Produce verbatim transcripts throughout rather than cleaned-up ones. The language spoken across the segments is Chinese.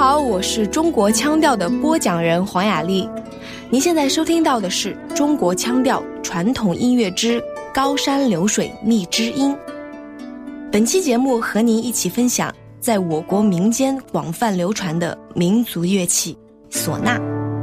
好，我是中国腔调的播讲人黄雅丽。您现在收听到的是中国腔调传统音乐之高山流水觅知音。本期节目和您一起分享在我国民间广泛流传的民族乐器唢呐。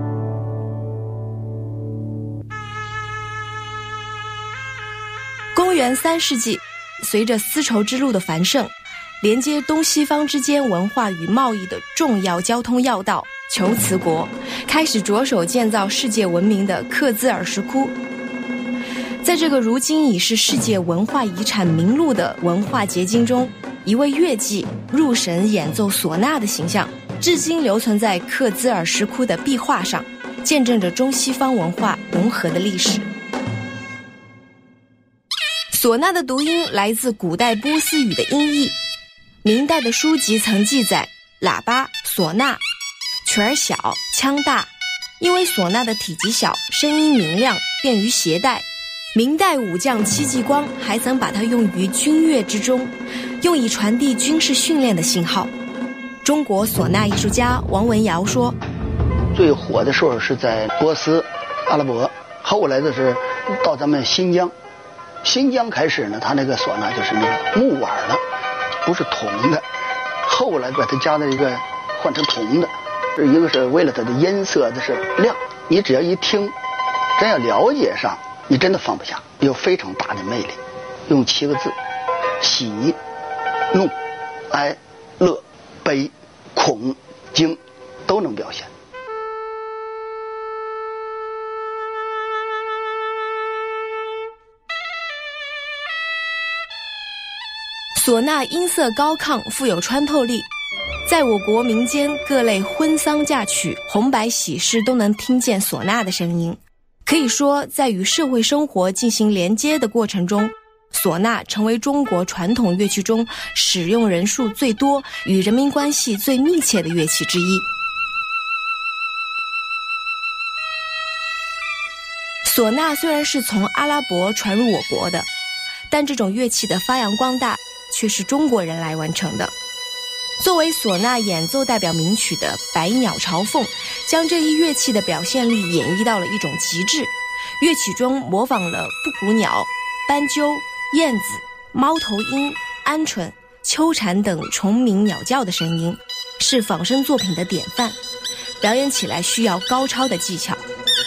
公元三世纪，随着丝绸之路的繁盛，连接东西方之间文化与贸易的重要交通要道求瓷国开始着手建造世界闻名的克孜尔石窟。在这个如今已是世界文化遗产名录的文化结晶中，一位乐伎入神演奏唢呐的形象至今留存在克孜尔石窟的壁画上，见证着中西方文化融合的历史。唢呐的读音来自古代波斯语的音译，明代的书籍曾记载喇叭、唢呐曲儿小腔大，因为唢呐的体积小，声音明亮，便于携带。明代武将戚继光还曾把它用于军乐之中，用以传递军事训练的信号。中国唢呐艺术家王文尧说， 最火的时候是在波斯、阿拉伯，后来的是到咱们新疆。新疆开始呢，它那个唢呐就是那个木碗了，不是铜的，后来把它加了一个换成铜的，一个是为了它的音色的是亮，你只要一听，真要了解上，你真的放不下，有非常大的魅力。用七个字：喜、怒、哀、乐、悲、恐、惊，都能表现。 唢呐音色高亢，富有穿透力，在我国民间各类婚丧嫁娶、红白喜事都能听见唢呐的声音。可以说，在与社会生活进行连接的过程中，唢呐成为中国传统乐器中使用人数最多、与人民关系最密切的乐器之一。唢呐虽然是从阿拉伯传入我国的，但这种乐器的发扬光大却是中国人来完成的。作为唢呐演奏代表名曲的《百鸟朝凤》，将这一乐器的表现力演绎到了一种极致。乐曲中模仿了布谷鸟、斑鸠、燕子、猫头鹰、鹌鹑、秋蝉等虫鸣鸟叫的声音，是仿生作品的典范，表演起来需要高超的技巧。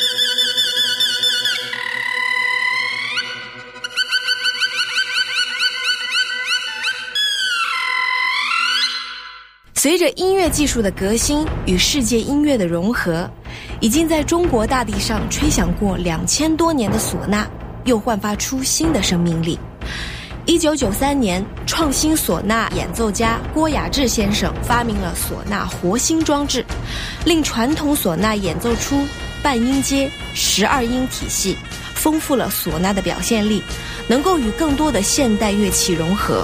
随着音乐技术的革新与世界音乐的融合，已经在中国大地上吹响过两千多年的唢呐，又焕发出新的生命力。一九九三年，创新唢呐演奏家郭雅志先生发明了唢呐活心装置，令传统唢呐演奏出半音阶、十二音体系，丰富了唢呐的表现力，能够与更多的现代乐器融合。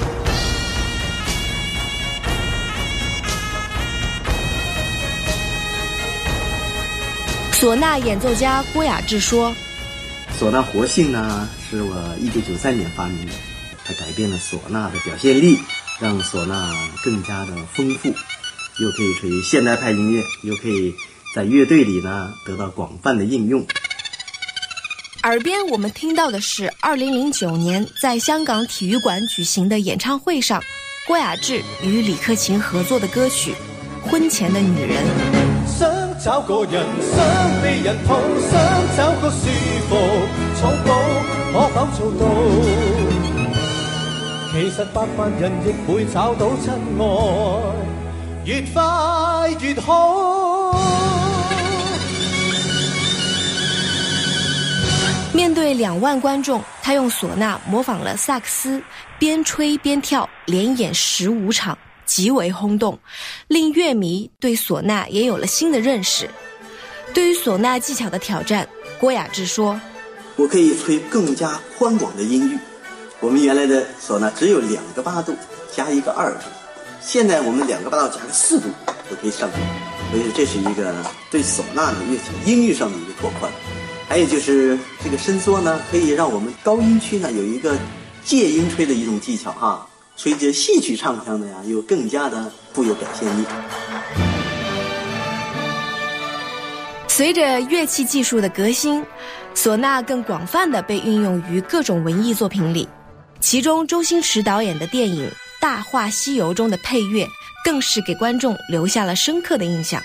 唢呐演奏家郭雅志说， 唢呐活性呢是我一九九三年发明的，它改变了唢呐的表现力，让唢呐更加的丰富，又可以吹现代派音乐，又可以在乐队里呢得到广泛的应用。 耳边我们听到的是二零零九年在香港体育馆举行的演唱会上，郭雅志与李克勤合作的歌曲《婚前的女人》。 想找個人，想被人抱，想找個舒服草稿，可否做到？其實百萬人亦會找到真愛，越快越好。 面对两万观众，他用唢呐模仿了萨克斯，边吹边跳，连演十五场，极为轰动，令乐迷对唢呐也有了新的认识。对于唢呐技巧的挑战，郭雅志说， 我可以吹更加宽广的音域。我们原来的唢呐只有两个八度加一个二度，现在我们两个八度加个四度都可以上去，所以这是一个对唢呐的乐器音域上的一个拓宽。还有就是这个伸缩呢，可以让我们高音区呢有一个借音吹的一种技巧哈，吹着戏曲唱腔的呀，又更加的富有表现力。 随着乐器技术的革新，唢呐更广泛地被运用于各种文艺作品里，其中周星驰导演的电影《大话西游》中的配乐更是给观众留下了深刻的印象。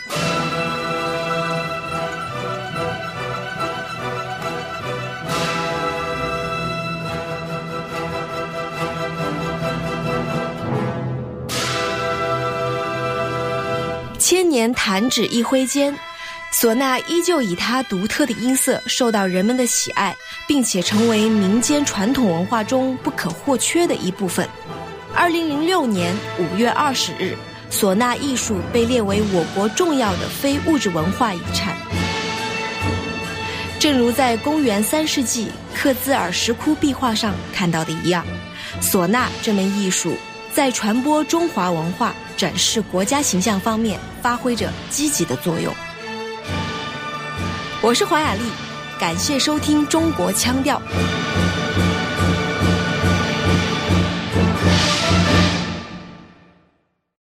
千年弹指一挥间，唢呐依旧以它独特的音色受到人们的喜爱，并且成为民间传统文化中不可或缺的一部分。二零零六年五月二十日，唢呐艺术被列为我国重要的非物质文化遗产。正如在公元三世纪克孜尔石窟壁画上看到的一样，唢呐这门艺术在传播中华文化、展示国家形象方面发挥着积极的作用。我是黄雅莉，感谢收听中国腔调。